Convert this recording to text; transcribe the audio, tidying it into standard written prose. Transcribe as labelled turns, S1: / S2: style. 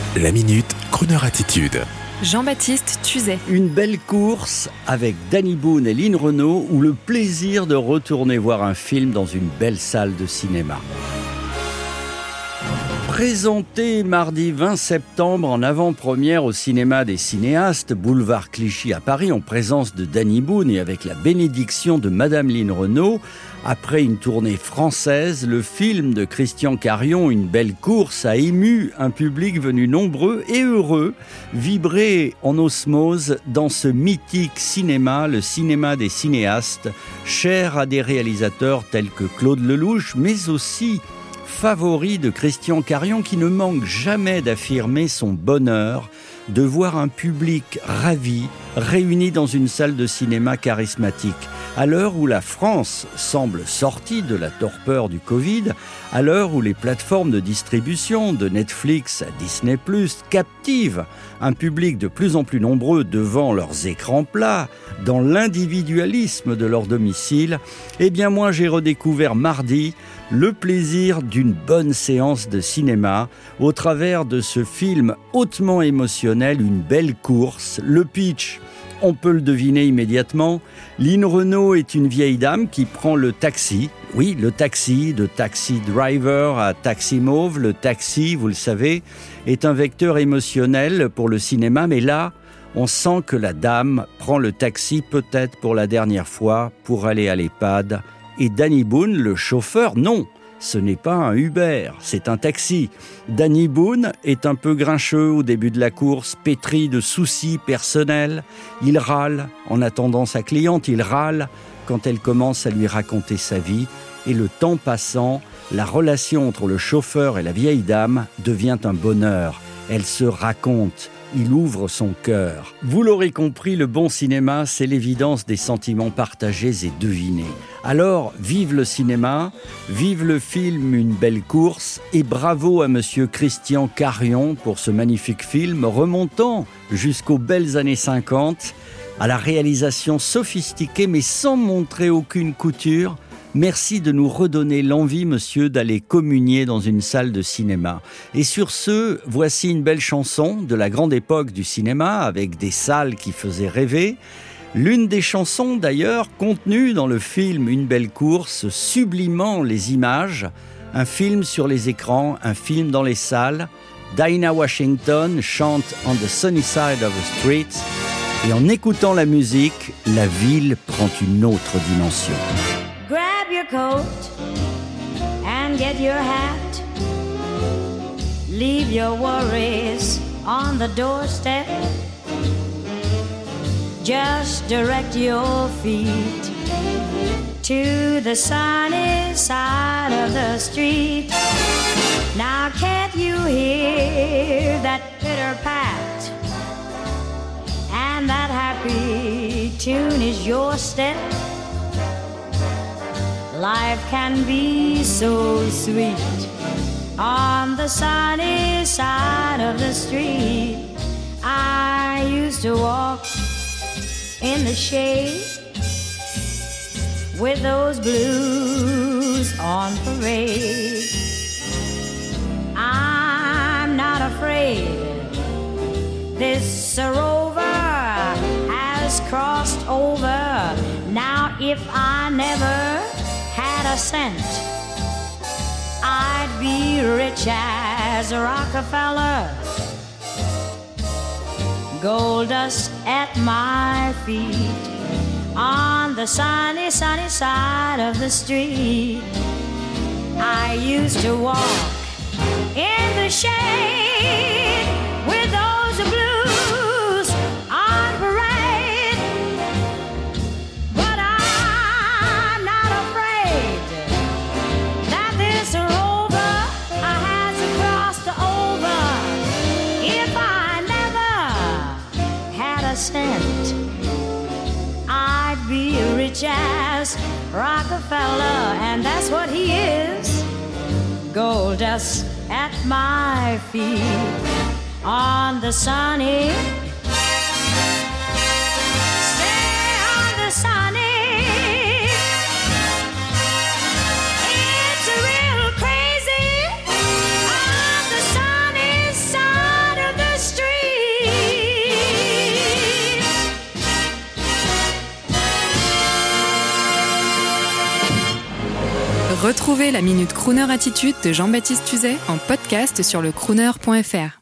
S1: La Minute, Kroneur Attitude.
S2: Jean-Baptiste Tuzet.
S3: Une belle course avec Danny Boone et Lynn Renault ou le plaisir de retourner voir un film dans une belle salle de cinéma. Présenté mardi 20 septembre en avant-première au cinéma des cinéastes, boulevard Clichy à Paris, en présence de Danny Boone et avec la bénédiction de Madame Lynn Renault, après une tournée française, le film de Christian Carion, Une belle course, a ému un public venu nombreux et heureux, vibrer en osmose dans ce mythique cinéma, le cinéma des cinéastes, cher à des réalisateurs tels que Claude Lelouch, mais aussi favori de Christian Carion, qui ne manque jamais d'affirmer son bonheur de voir un public ravi réuni dans une salle de cinéma charismatique. À l'heure où la France semble sortie de la torpeur du Covid, à l'heure où les plateformes de distribution de Netflix à Disney+, captivent un public de plus en plus nombreux devant leurs écrans plats, dans l'individualisme de leur domicile, eh bien moi j'ai redécouvert mardi le plaisir d'une bonne séance de cinéma au travers de ce film hautement émotionnel, Une belle course. Le pitch, on peut le deviner immédiatement. Lynn Renault est une vieille dame qui prend le taxi. Oui, le taxi, de taxi driver à taxi mauve. Le taxi, vous le savez, est un vecteur émotionnel pour le cinéma. Mais là, on sent que la dame prend le taxi peut-être pour la dernière fois pour aller à l'EHPAD. Et Danny Boone, le chauffeur, non, ce n'est pas un Uber, c'est un taxi. Danny Boone est un peu grincheux au début de la course, pétri de soucis personnels. Il râle en attendant sa cliente, il râle quand elle commence à lui raconter sa vie. Et le temps passant, la relation entre le chauffeur et la vieille dame devient un bonheur. Elle se raconte. Il ouvre son cœur. Vous l'aurez compris, le bon cinéma, c'est l'évidence des sentiments partagés et devinés. Alors, vive le cinéma, vive le film Une belle course, et bravo à monsieur Christian Carion pour ce magnifique film remontant jusqu'aux belles années 50, à la réalisation sophistiquée mais sans montrer aucune couture. Merci de nous redonner l'envie, monsieur, d'aller communier dans une salle de cinéma. Et sur ce, voici une belle chanson de la grande époque du cinéma, avec des salles qui faisaient rêver. L'une des chansons, d'ailleurs, contenue dans le film Une belle course, sublimant les images. Un film sur les écrans, un film dans les salles. Dinah Washington chante « On the sunny side of the street ». Et en écoutant la musique, la ville prend une autre dimension.
S4: Grab your coat and get your hat. Leave your worries on the doorstep. Just direct your feet to the sunny side of the street. Now can't you hear that pitter-pat? And that happy tune is your step. Life can be so sweet on the sunny side of the street. I used to walk in the shade with those blues on parade. I'm not afraid this rover has crossed over. Now if I never had a cent, I'd be rich as Rockefeller. Gold dust at my feet on the sunny, sunny side of the street. I used to walk in the shade with those blues on parade. But I'm not afraid that this rover has crossed over. If I never had a cent, I'd be rich as Rockefeller, and that's what he is. Gold dust at my feet on the sunny, stay on the sunny. It's real crazy on the sunny side
S2: Retrouvez la Minute Crooner Attitude de Jean-Baptiste Tuzet en podcast sur le crooner.fr.